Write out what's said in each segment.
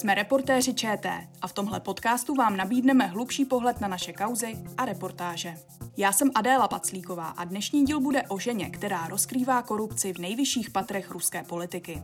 Jsme reportéři ČT a v tomhle podcastu vám nabídneme hlubší pohled na naše kauzy a reportáže. Já jsem Adéla Paclíková a dnešní díl bude o ženě, která rozkrývá korupci v nejvyšších patrech ruské politiky.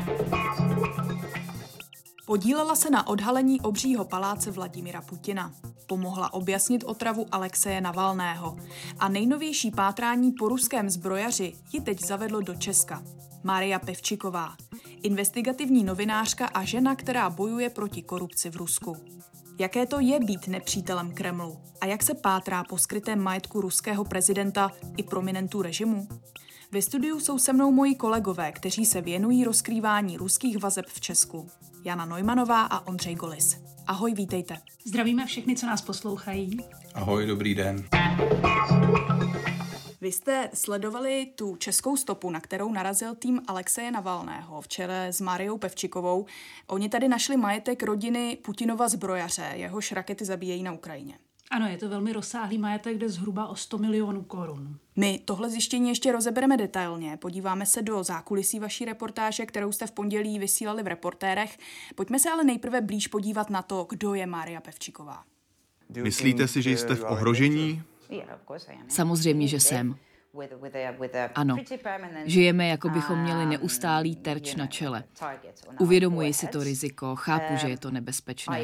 Podílela se na odhalení obřího paláce Vladimira Putina. Pomohla objasnit otravu Alexeje Navalného. A nejnovější pátrání po ruském zbrojaři ji teď zavedlo do Česka. Maria Pevčiková, investigativní novinářka a žena, která bojuje proti korupci v Rusku. Jaké to je být nepřítelem Kremlu? A jak se pátrá po skrytém majetku ruského prezidenta i prominentů režimu? Ve studiu jsou se mnou moji kolegové, kteří se věnují rozkrývání ruských vazeb v Česku. Jana Neumannová a Ondřej Golis. Ahoj, vítejte. Zdravíme všechny, co nás poslouchají. Ahoj, dobrý den. Vy jste sledovali tu českou stopu, na kterou narazil tým Alexeje Navalného v čele s Mariou Pevčikovou. Oni tady našli majetek rodiny Putinova zbrojaře, jehož rakety zabíjejí na Ukrajině. Ano, je to velmi rozsáhlý majetek, jde zhruba o 100 milionů korun. My tohle zjištění ještě rozebereme detailně. Podíváme se do zákulisí vaší reportáže, kterou jste v pondělí vysílali v Reportérech. Pojďme se ale nejprve blíž podívat na to, kdo je Maria Pevčiková. Myslíte si, že jste v ohrožení? Samozřejmě, že jsem. Ano, žijeme, jako bychom měli neustálý terč na čele. Uvědomuji si to riziko, chápu, že je to nebezpečné.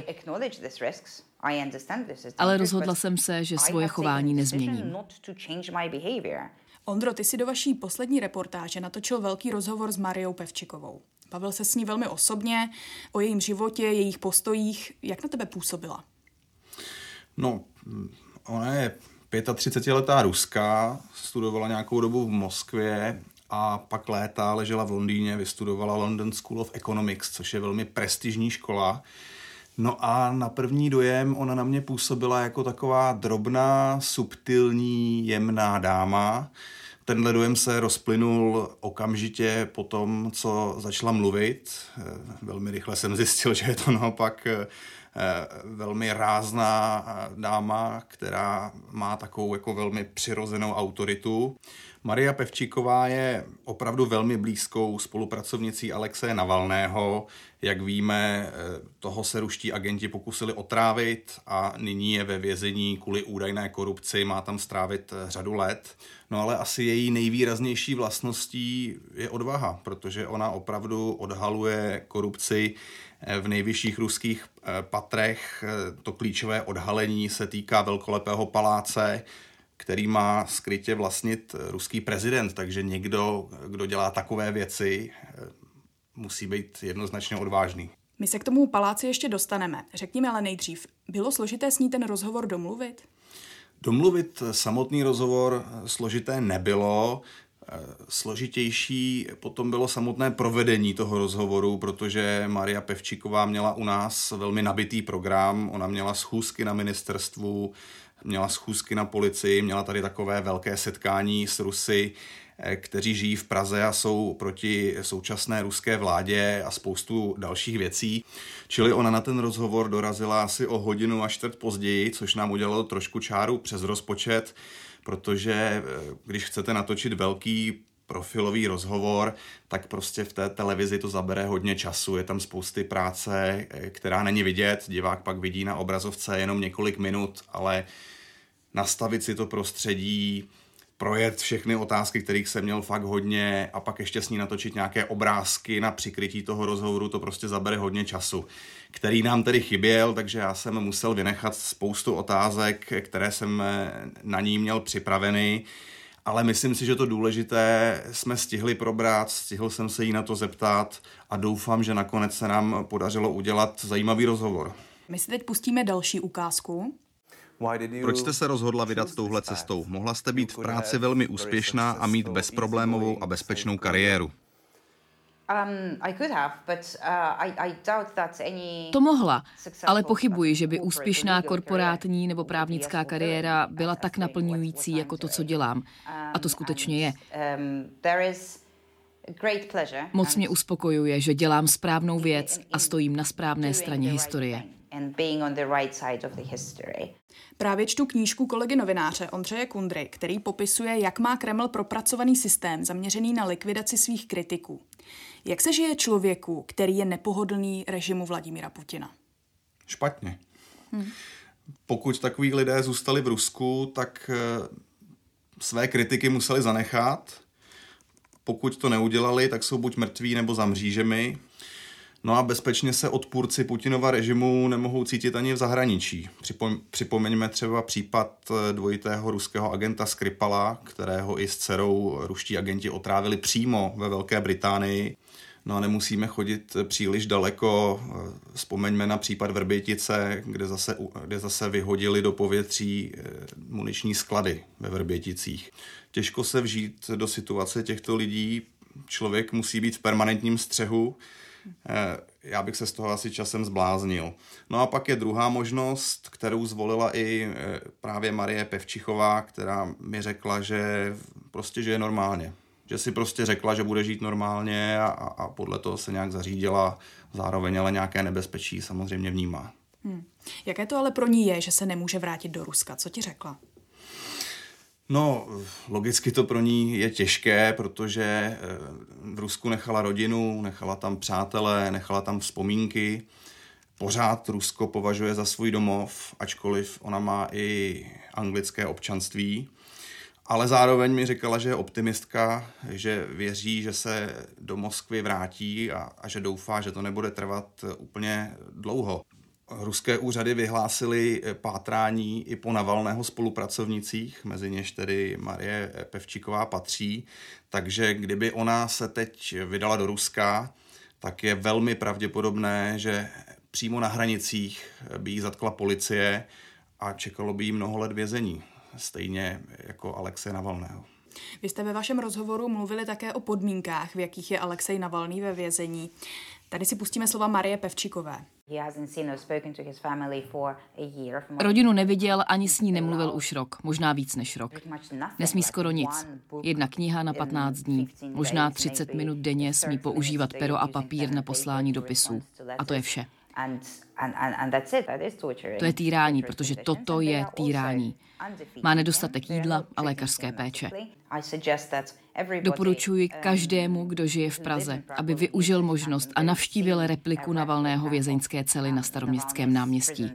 Ale rozhodla jsem se, že svoje chování nezměním. Ondro, ty si do vaší poslední reportáže natočil velký rozhovor s Mariou Pevčikovou. Bavil se s ní velmi osobně, o jejím životě, jejich postojích. Jak na tebe působila? No, ona je 35letá Ruská, studovala nějakou dobu v Moskvě a pak léta ležela v Londýně, vystudovala London School of Economics, což je velmi prestižní škola. No a na první dojem ona na mě působila jako taková drobná, subtilní, jemná dáma. Tenhle dojem se rozplynul okamžitě po tom, co začala mluvit. Velmi rychle jsem zjistil, že je to naopak velmi rázná dáma, která má takovou jako velmi přirozenou autoritu. Maria Pevčiková je opravdu velmi blízkou spolupracovnicí Alexeje Navalného. Jak víme, toho se ruští agenti pokusili otrávit a nyní je ve vězení kvůli údajné korupci, má tam strávit řadu let. No ale asi její nejvýraznější vlastností je odvaha, protože ona opravdu odhaluje korupci v nejvyšších ruských patrech. To klíčové odhalení se týká velkolepého paláce, který má skrytě vlastnit ruský prezident, takže někdo, kdo dělá takové věci, musí být jednoznačně odvážný. My se k tomu paláci ještě dostaneme. Řekněme ale nejdřív, bylo složité s ní ten rozhovor domluvit? Domluvit samotný rozhovor složité nebylo. Složitější potom bylo samotné provedení toho rozhovoru, protože Maria Pevčiková měla u nás velmi nabitý program. Ona měla schůzky na ministerstvu, měla schůzky na policii, měla tady takové velké setkání s Rusy, kteří žijí v Praze a jsou proti současné ruské vládě a spoustu dalších věcí. Čili ona na ten rozhovor dorazila asi o 1.15 později, což nám udělalo trošku čáru přes rozpočet, protože když chcete natočit velký profilový rozhovor, tak prostě v té televizi to zabere hodně času. Je tam spousty práce, která není vidět. Divák pak vidí na obrazovce jenom několik minut, ale nastavit si to prostředí, projet všechny otázky, kterých jsem měl fakt hodně a pak ještě s ní natočit nějaké obrázky na přikrytí toho rozhovoru, to prostě zabere hodně času, který nám tedy chyběl, takže já jsem musel vynechat spoustu otázek, které jsem na ní měl připraveny, ale myslím si, že to důležité jsme stihli probrat, stihl jsem se jí na to zeptat a doufám, že nakonec se nám podařilo udělat zajímavý rozhovor. My si teď pustíme další ukázku. Proč jste se rozhodla vydat touhle cestou? Mohla jste být v práci velmi úspěšná a mít bezproblémovou a bezpečnou kariéru. To mohla, ale pochybuji, že by úspěšná korporátní nebo právnická kariéra byla tak naplňující jako to, co dělám. A to skutečně je. Moc mě uspokojuje, že dělám správnou věc a stojím na správné straně historie. Právě čtu knížku kolegy novináře Ondřeje Kundry, který popisuje, jak má Kreml propracovaný systém zaměřený na likvidaci svých kritiků. Jak se žije člověku, který je nepohodlný režimu Vladimíra Putina? Špatně. Pokud takoví lidé zůstali v Rusku, tak své kritiky museli zanechat. Pokud to neudělali, tak jsou buď mrtví nebo za mřížemi. No a bezpečně se odpůrci Putinova režimu nemohou cítit ani v zahraničí. Připomeňme třeba případ dvojitého ruského agenta Skripala, kterého i s dcerou ruští agenti otrávili přímo ve Velké Británii. No a nemusíme chodit příliš daleko. Vzpomeňme na případ Vrbětice, kde zase vyhodili do povětří muniční sklady ve Vrběticích. Těžko se vžít do situace těchto lidí. Člověk musí být v permanentním střehu. Já bych se z toho asi časem zbláznil. No a pak je druhá možnost, kterou zvolila i právě Marie Pevčichová, která mi řekla, že je normálně. Že si prostě řekla, že bude žít normálně a podle toho se nějak zařídila, zároveň ale nějaké nebezpečí samozřejmě vnímá. Jaké to ale pro ní je, že se nemůže vrátit do Ruska? Co ti řekla? No, logicky to pro ní je těžké, protože v Rusku nechala rodinu, nechala tam přátele, nechala tam vzpomínky. Pořád Rusko považuje za svůj domov, ačkoliv ona má i anglické občanství. Ale zároveň mi říkala, že je optimistka, že věří, že se do Moskvy vrátí a že doufá, že to nebude trvat úplně dlouho. Ruské úřady vyhlásily pátrání i po Navalného spolupracovnicích, mezi něž tedy Marie Pevčiková patří, takže kdyby ona se teď vydala do Ruska, tak je velmi pravděpodobné, že přímo na hranicích by jí zatkla policie a čekalo by jí mnoho let vězení, stejně jako Alexeje Navalného. Vy jste ve vašem rozhovoru mluvili také o podmínkách, v jakých je Alexej Navalný ve vězení. Tady si pustíme slova Marie Pevčikové. Rodinu neviděl, ani s ní nemluvil už rok, možná víc než rok. Nesmí skoro nic. Jedna kniha na 15 dní, možná 30 minut denně smí používat pero a papír na poslání dopisů. A to je vše. To je týrání, protože toto je týrání. Má nedostatek jídla a lékařské péče. Doporučuji každému, kdo žije v Praze, aby využil možnost a navštívil repliku Navalného vězeňské cely na Staroměstském náměstí.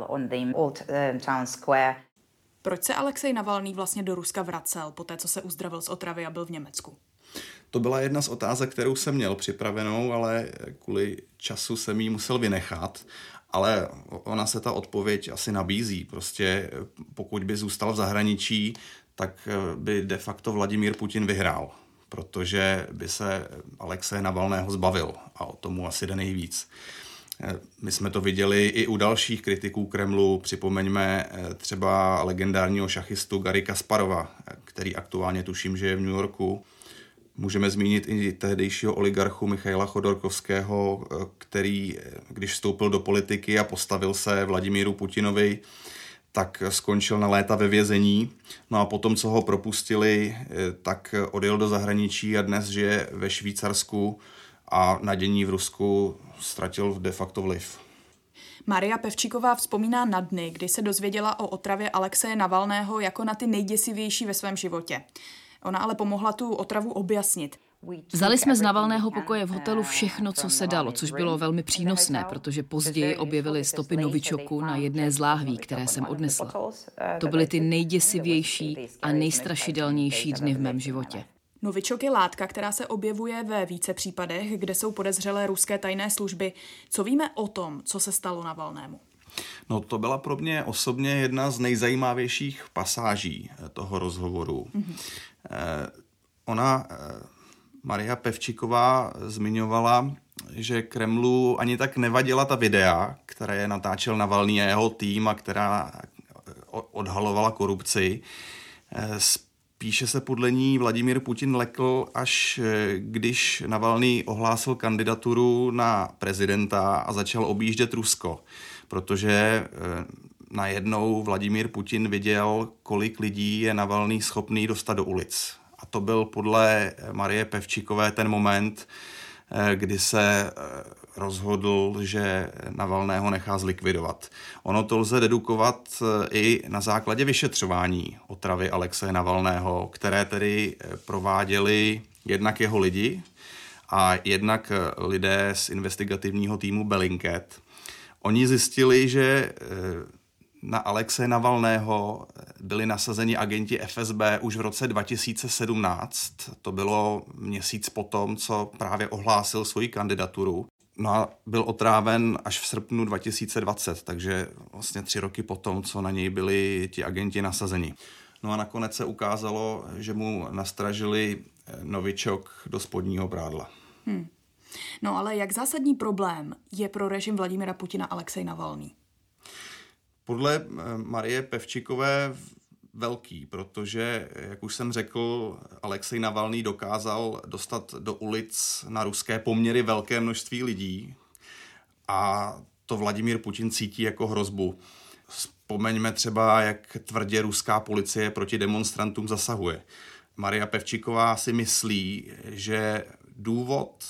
Proč se Alexej Navalný vlastně do Ruska vracel, poté co se uzdravil z otravy a byl v Německu? To byla jedna z otázek, kterou jsem měl připravenou, ale kvůli času jsem ji musel vynechat. Ale ona se ta odpověď asi nabízí. Prostě pokud by zůstal v zahraničí, tak by de facto Vladimír Putin vyhrál, protože by se Alexeje Navalného zbavil a o tomu asi jde nejvíc. My jsme to viděli i u dalších kritiků Kremlu, připomeňme třeba legendárního šachistu Garry Kasparova, který aktuálně tuším, že je v New Yorku. Můžeme zmínit i tehdejšího oligarchu Michaila Chodorkovského, který, když vstoupil do politiky a postavil se Vladimíru Putinovi, tak skončil na léta ve vězení. No a potom, co ho propustili, tak odjel do zahraničí a dnes žije ve Švýcarsku a na dění v Rusku ztratil de facto vliv. Maria Pevčiková vzpomíná na dny, kdy se dozvěděla o otravě Alexeje Navalného jako na ty nejděsivější ve svém životě. Ona ale pomohla tu otravu objasnit. Vzali jsme z Navalného pokoje v hotelu všechno, co se dalo, což bylo velmi přínosné, protože později objevili stopy novičoku na jedné z láhví, které jsem odnesla. To byly ty nejděsivější a nejstrašidelnější dny v mém životě. Novičok je látka, která se objevuje ve více případech, kde jsou podezřelé ruské tajné služby. Co víme o tom, co se stalo Navalnému? No, to byla pro mě osobně jedna z nejzajímavějších pasáží toho rozhovoru. Maria Pevčiková zmiňovala, že Kremlu ani tak nevadila ta videa, které natáčel Navalný a jeho tým a která odhalovala korupci. Spíše se podle ní Vladimír Putin lekl, až když Navalný ohlásil kandidaturu na prezidenta a začal objíždět Rusko, protože najednou Vladimír Putin viděl, kolik lidí je Navalný schopný dostat do ulic. A to byl podle Marie Pevčikové ten moment, kdy se rozhodl, že Navalného nechá zlikvidovat. Ono to lze dedukovat i na základě vyšetřování otravy Alexeje Navalného, které tedy prováděli jednak jeho lidi a jednak lidé z investigativního týmu Bellingcat. Oni zjistili, že na Alexeje Navalného byli nasazeni agenti FSB už v roce 2017. To bylo měsíc potom, co právě ohlásil svoji kandidaturu. No a byl otráven až v srpnu 2020, takže vlastně 3 roky potom, co na něj byli ti agenti nasazeni. No a nakonec se ukázalo, že mu nastražili novičok do spodního prádla. No ale jak zásadní problém je pro režim Vladimira Putina Alexej Navalný? Podle Marie Pevčikové velký, protože, jak už jsem řekl, Alexej Navalný dokázal dostat do ulic na ruské poměry velké množství lidí a to Vladimír Putin cítí jako hrozbu. Vzpomeňme třeba, jak tvrdě ruská policie proti demonstrantům zasahuje. Maria Pevčiková si myslí, že důvod,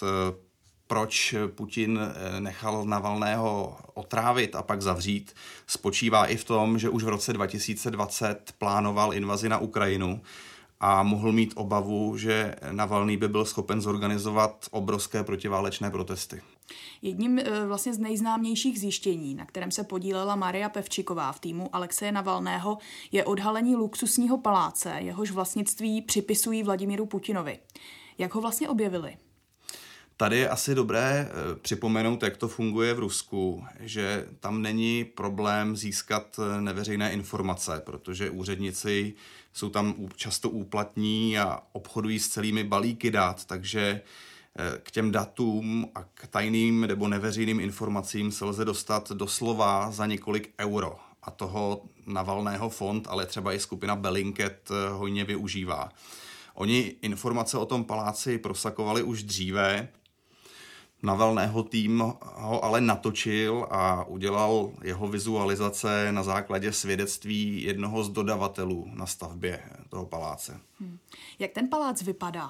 proč Putin nechal Navalného otrávit a pak zavřít, spočívá i v tom, že už v roce 2020 plánoval invazi na Ukrajinu a mohl mít obavu, že Navalný by byl schopen zorganizovat obrovské protiválečné protesty. Jedním vlastně z nejznámějších zjištění, na kterém se podílela Maria Pevčiková v týmu Alexeje Navalného, je odhalení luxusního paláce, jehož vlastnictví připisují Vladimíru Putinovi. Jak ho vlastně objevili? Tady je asi dobré připomenout, jak to funguje v Rusku, že tam není problém získat neveřejné informace, protože úředníci jsou tam často úplatní a obchodují s celými balíky dat, takže k těm datům a k tajným nebo neveřejným informacím se lze dostat doslova za několik euro. A toho Navalného fond, ale třeba i skupina Bellingcat hojně využívá. Oni informace o tom paláci prosakovali už dříve. Navalného tým ho ale natočil a udělal jeho vizualizace na základě svědectví jednoho z dodavatelů na stavbě toho paláce. Jak ten palác vypadá?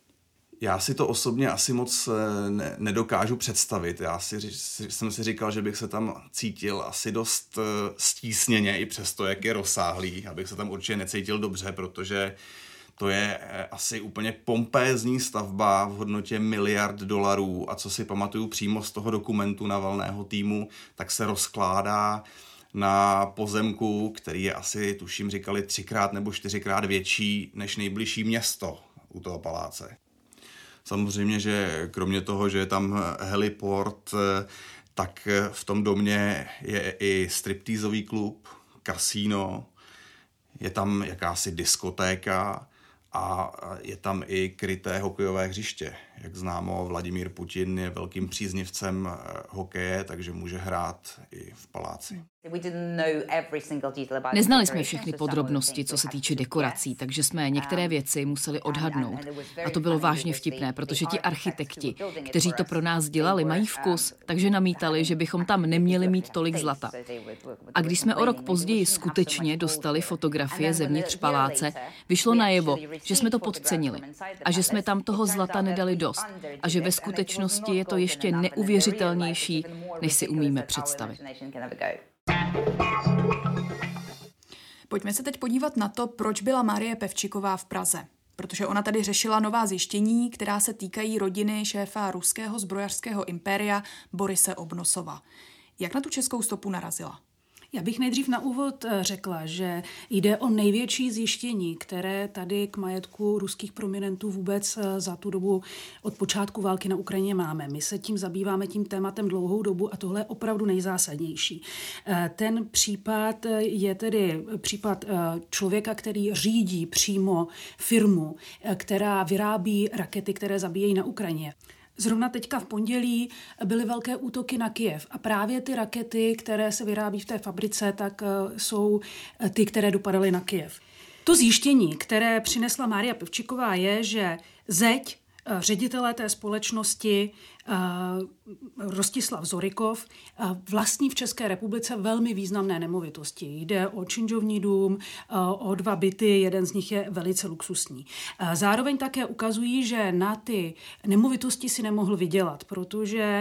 Já si to osobně asi moc nedokážu představit. Jsem si říkal, že bych se tam cítil asi dost stísněně, i přesto, jak je rozsáhlý, abych se tam určitě necítil dobře, protože to je asi úplně pompézní stavba v hodnotě $1 miliard a co si pamatuju přímo z toho dokumentu Navalného týmu, tak se rozkládá na pozemku, který je asi, tuším, říkali 3x nebo 4x větší než nejbližší město u toho paláce. Samozřejmě, že kromě toho, že je tam heliport, tak v tom domě je i striptýzový klub, kasíno, je tam jakási diskotéka a je tam i kryté hokejové hřiště. Jak známo, Vladimír Putin je velkým příznivcem hokeje, takže může hrát i v paláci. Neznali jsme všechny podrobnosti, co se týče dekorací, takže jsme některé věci museli odhadnout. A to bylo vážně vtipné, protože ti architekti, kteří to pro nás dělali, mají vkus, takže namítali, že bychom tam neměli mít tolik zlata. A když jsme o rok později skutečně dostali fotografie zevnitř paláce, vyšlo najevo, že jsme to podcenili a že jsme tam toho zlata nedali dost a že ve skutečnosti je to ještě neuvěřitelnější, než si umíme představit. Pojďme se teď podívat na to, proč byla Marie Pevčiková v Praze. Protože ona tady řešila nová zjištění, která se týkají rodiny šéfa ruského zbrojařského impéria Borise Obnosova. Jak na tu českou stopu narazila? Já bych nejdřív na úvod řekla, že jde o největší zjištění, které tady k majetku ruských prominentů vůbec za tu dobu od počátku války na Ukrajině máme. My se tím zabýváme tím tématem dlouhou dobu a tohle je opravdu nejzásadnější. Ten případ je tedy případ člověka, který řídí přímo firmu, která vyrábí rakety, které zabíjejí na Ukrajině. Zrovna teďka v pondělí byly velké útoky na Kyjev a právě ty rakety, které se vyrábí v té fabrice, tak jsou ty, které dopadaly na Kyjev. To zjištění, které přinesla Maria Pevčiková, je, že zeď ředitelé té společnosti Rostislav Zorikov vlastní v České republice velmi významné nemovitosti. Jde o činžovní dům, o 2 byty, jeden z nich je velice luxusní. Zároveň také ukazují, že na ty nemovitosti si nemohl vydělat, protože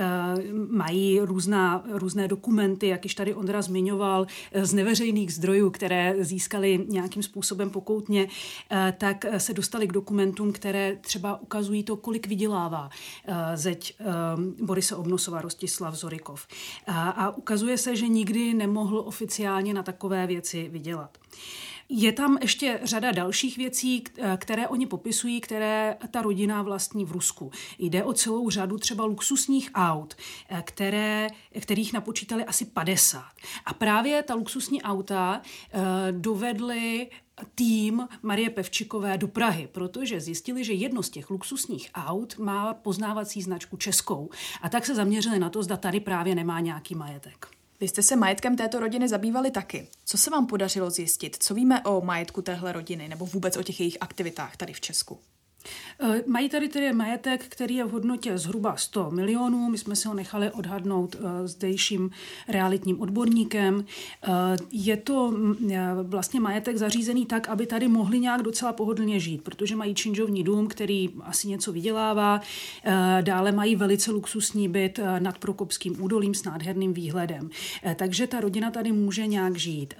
mají různé dokumenty, jak již tady Ondra zmiňoval, z neveřejných zdrojů, které získali nějakým způsobem pokoutně, tak se dostali k dokumentům, které třeba ukazují to, kolik vydělává zeď Borise Obnosova Rostislav Zorikov. A ukazuje se, že nikdy nemohl oficiálně na takové věci vydělat. Je tam ještě řada dalších věcí, které oni popisují, které ta rodina vlastní v Rusku. Jde o celou řadu třeba luxusních aut, kterých napočítali asi 50. A právě ta luxusní auta dovedly tým Marie Pevčikové do Prahy, protože zjistili, že jedno z těch luxusních aut má poznávací značku českou. A tak se zaměřili na to, zda tady právě nemá nějaký majetek. Vy jste se majetkem této rodiny zabývali taky. Co se vám podařilo zjistit? Co víme o majetku téhle rodiny nebo vůbec o těch jejich aktivitách tady v Česku? Mají tady tedy majetek, který je v hodnotě zhruba 100 milionů. My jsme si ho nechali odhadnout zdejším realitním odborníkem. Je to vlastně majetek zařízený tak, aby tady mohli nějak docela pohodlně žít, protože mají činžovní dům, který asi něco vydělává. Dále mají velice luxusní byt nad Prokopským údolím s nádherným výhledem. Takže ta rodina tady může nějak žít.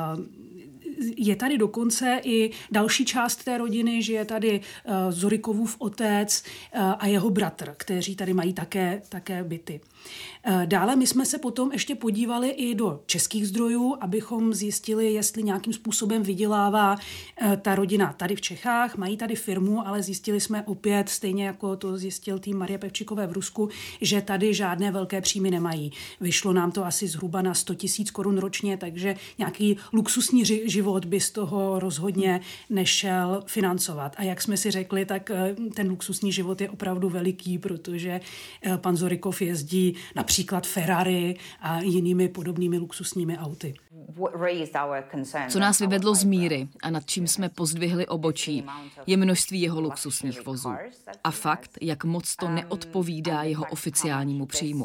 Je tady dokonce i další část té rodiny, že je tady Zorikovův otec a jeho bratr, kteří tady mají také byty. Dále my jsme se potom ještě podívali i do českých zdrojů, abychom zjistili, jestli nějakým způsobem vydělává ta rodina tady v Čechách. Mají tady firmu, ale zjistili jsme opět, stejně jako to zjistil tým Marie Pevčikové v Rusku, že tady žádné velké příjmy nemají. Vyšlo nám to asi zhruba na 100 000 korun ročně, takže nějaký luxusní život by z toho rozhodně nešel financovat. A jak jsme si řekli, tak ten luxusní život je opravdu veliký, protože pan Zorikov jezdí například Ferrari a jinými podobnými luxusními auty. Co nás vyvedlo z míry a nad čím jsme pozdvihli obočí, je množství jeho luxusních vozů. A fakt, jak moc to neodpovídá jeho oficiálnímu příjmu.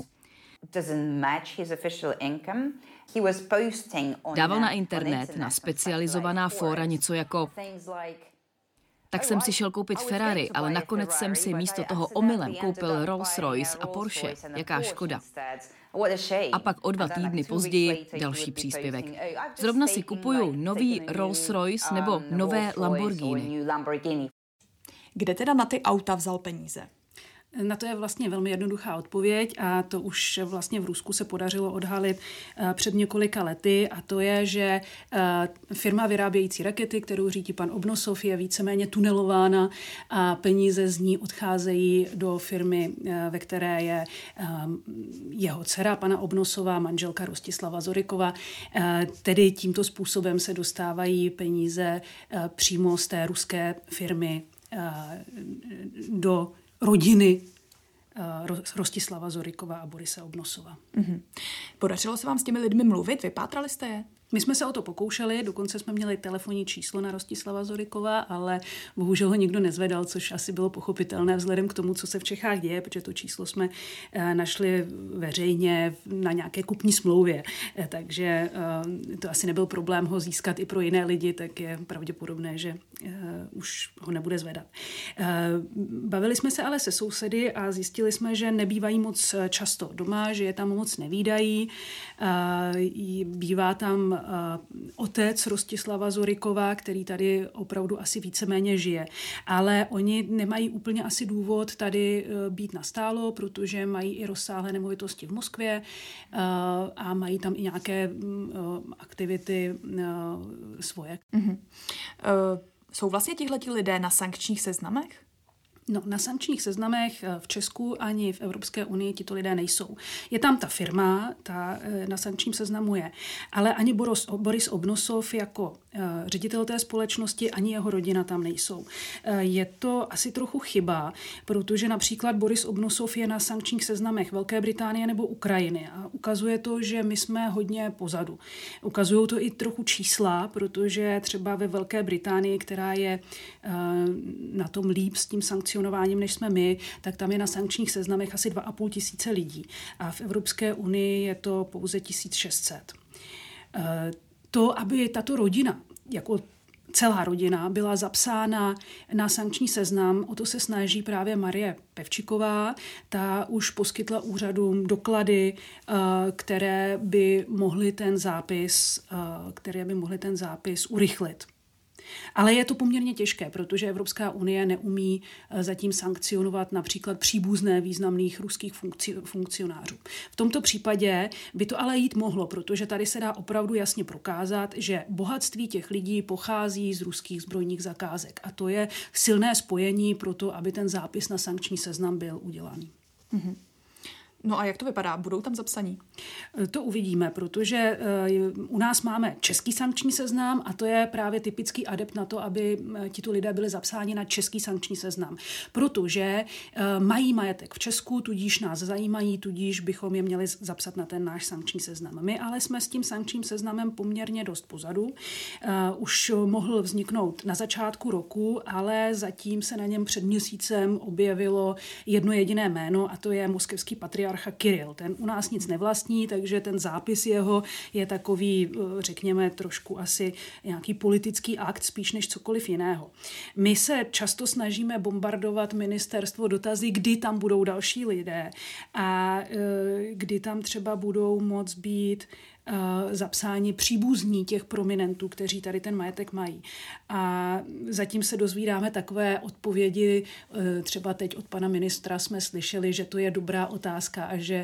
Dával na internet, na specializovaná fóra něco jako: tak jsem si šel koupit Ferrari, ale nakonec jsem si místo toho omylem koupil Rolls-Royce a Porsche. Jaká škoda. A pak o 2 týdny později další příspěvek. Zrovna si kupuju nový Rolls-Royce nebo nové Lamborghini. Kde teda na ty auta vzal peníze? Na to je vlastně velmi jednoduchá odpověď a to už vlastně v Rusku se podařilo odhalit před několika lety, a to je, že firma vyrábějící rakety, kterou řídí pan Obnosov, je víceméně tunelována a peníze z ní odcházejí do firmy, ve které je jeho dcera pana Obnosova, manželka Rostislava Zorikova. Tedy tímto způsobem se dostávají peníze přímo z té ruské firmy do rodiny Rostislava Zorikova a Borise Obnosova. Mm-hmm. Podařilo se vám s těmi lidmi mluvit? Vypátrali jste je? My jsme se o to pokoušeli, dokonce jsme měli telefonní číslo na Rostislava Zorikova, ale bohužel ho nikdo nezvedal, což asi bylo pochopitelné vzhledem k tomu, co se v Čechách děje, protože to číslo jsme našli veřejně na nějaké kupní smlouvě. Takže to asi nebyl problém ho získat i pro jiné lidi, tak je pravděpodobné, že už ho nebude zvedat. Bavili jsme se ale se sousedy a zjistili jsme, že nebývají moc často doma, že je tam moc nevídají. Bývá tam otec Rostislava Zorikova, který tady opravdu asi víceméně žije. Ale oni nemají úplně asi důvod tady být nastálo, protože mají i rozsáhlé nemovitosti v Moskvě a mají tam i nějaké aktivity svoje. Mm-hmm. Jsou vlastně tihleti lidé na sankčních seznamech? No, na sankčních seznamech v Česku ani v Evropské unii tito lidé nejsou. Je tam ta firma, ta na sankčním seznamu je, ale ani Boris Obnosov jako ředitel té společnosti, ani jeho rodina tam nejsou. Je to asi trochu chyba, protože například Boris Obnosov je na sankčních seznamech Velké Británie nebo Ukrajiny a ukazuje to, že my jsme hodně pozadu. Ukazují to i trochu čísla, protože třeba ve Velké Británii, která je na tom líp s tím sankcionováním, sankcionováním, než jsme my, tak tam je na sankčních seznamech asi 2,5 tisíce lidí. A v Evropské unii je to pouze 1600. To, aby tato rodina, jako celá rodina, byla zapsána na sankční seznam, o to se snaží právě Marie Pevčiková. Ta už poskytla úřadům doklady, které by mohly ten zápis urychlit. Ale je to poměrně těžké, protože Evropská unie neumí zatím sankcionovat například příbuzné významných ruských funkcionářů. V tomto případě by to ale jít mohlo, protože tady se dá opravdu jasně prokázat, že bohatství těch lidí pochází z ruských zbrojních zakázek. A to je silné spojení pro to, aby ten zápis na sankční seznam byl udělaný. Mm-hmm. No a jak to vypadá? Budou tam zapsaní? To uvidíme, protože u nás máme český sankční seznam a to je právě typický adept na to, aby tito lidé byli zapsáni na český sankční seznam. Protože mají majetek v Česku, tudíž nás zajímají, tudíž bychom je měli zapsat na ten náš sankční seznam. My ale jsme s tím sankčním seznamem poměrně dost pozadu. Už mohl vzniknout na začátku roku, ale zatím se na něm před měsícem objevilo jedno jediné jméno a to je moskevský patriarcha Kiril. Ten u nás nic nevlastní, takže ten zápis jeho je takový, řekněme, trošku asi nějaký politický akt spíš než cokoliv jiného. My se často snažíme bombardovat ministerstvo dotazy, kdy tam budou další lidé a kdy tam třeba budou moct být zapsáni příbuzní těch prominentů, kteří tady ten majetek mají. A zatím se dozvídáme takové odpovědi, třeba teď od pana ministra jsme slyšeli, že to je dobrá otázka a že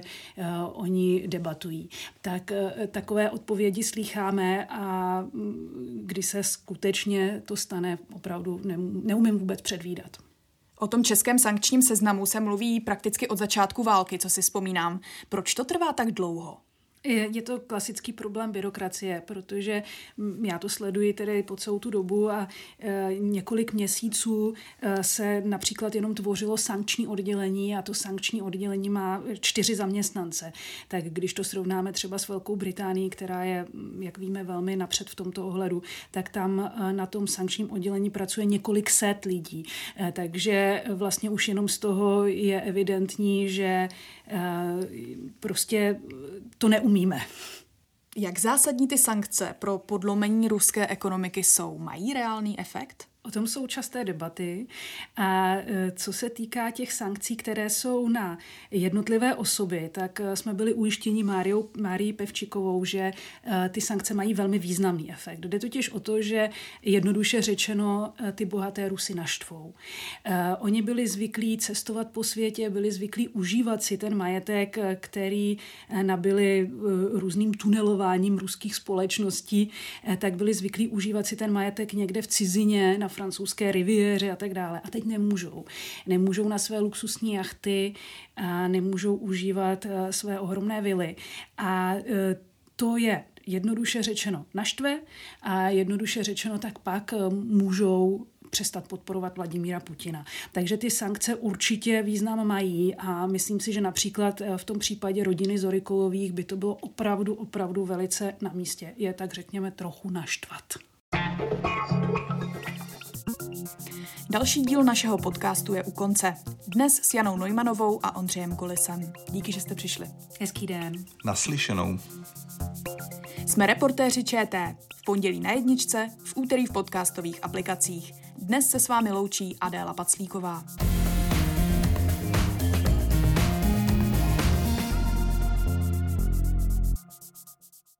oni debatují. Tak takové odpovědi slýcháme a kdy se skutečně to stane, opravdu neumím vůbec předvídat. O tom českém sankčním seznamu se mluví prakticky od začátku války, co si vzpomínám. Proč to trvá tak dlouho? Je to klasický problém byrokracie, protože já to sleduji tedy po celou tu dobu a několik měsíců se například jenom tvořilo sankční oddělení a to sankční oddělení má 4 zaměstnance. Tak když to srovnáme třeba s Velkou Británií, která je, jak víme, velmi napřed v tomto ohledu, tak tam na tom sankčním oddělení pracuje několik set lidí. Takže vlastně už jenom z toho je evidentní, že prostě to neumíme. Jak zásadní ty sankce pro podlomení ruské ekonomiky jsou? Mají reálný efekt? O tom jsou časté debaty. A co se týká těch sankcí, které jsou na jednotlivé osoby, tak jsme byli ujištěni Márií Pevčikovou, že ty sankce mají velmi významný efekt. Jde totiž o to, že jednoduše řečeno ty bohaté Rusy naštvou. Oni byli zvyklí cestovat po světě, byli zvyklí užívat si ten majetek, který nabili různým tunelováním ruských společností, tak byli zvyklí užívat si ten majetek někde v cizině, na francouzské riviéře a tak dále. A teď nemůžou. Nemůžou na své luxusní jachty, a nemůžou užívat své ohromné vily. A to je jednoduše řečeno naštve a jednoduše řečeno tak pak můžou přestat podporovat Vladimíra Putina. Takže ty sankce určitě význam mají a myslím si, že například v tom případě rodiny Zorikolových by to bylo opravdu velice na místě. Je tak řekněme trochu naštvat. Další díl našeho podcastu je u konce. Dnes s Janou Neumannovou a Ondřejem Kolisem. Díky, že jste přišli. Hezký den. Naslyšenou. Jsme reportéři ČT. V pondělí na jedničce, v úterý v podcastových aplikacích. Dnes se s vámi loučí Adéla Paclíková.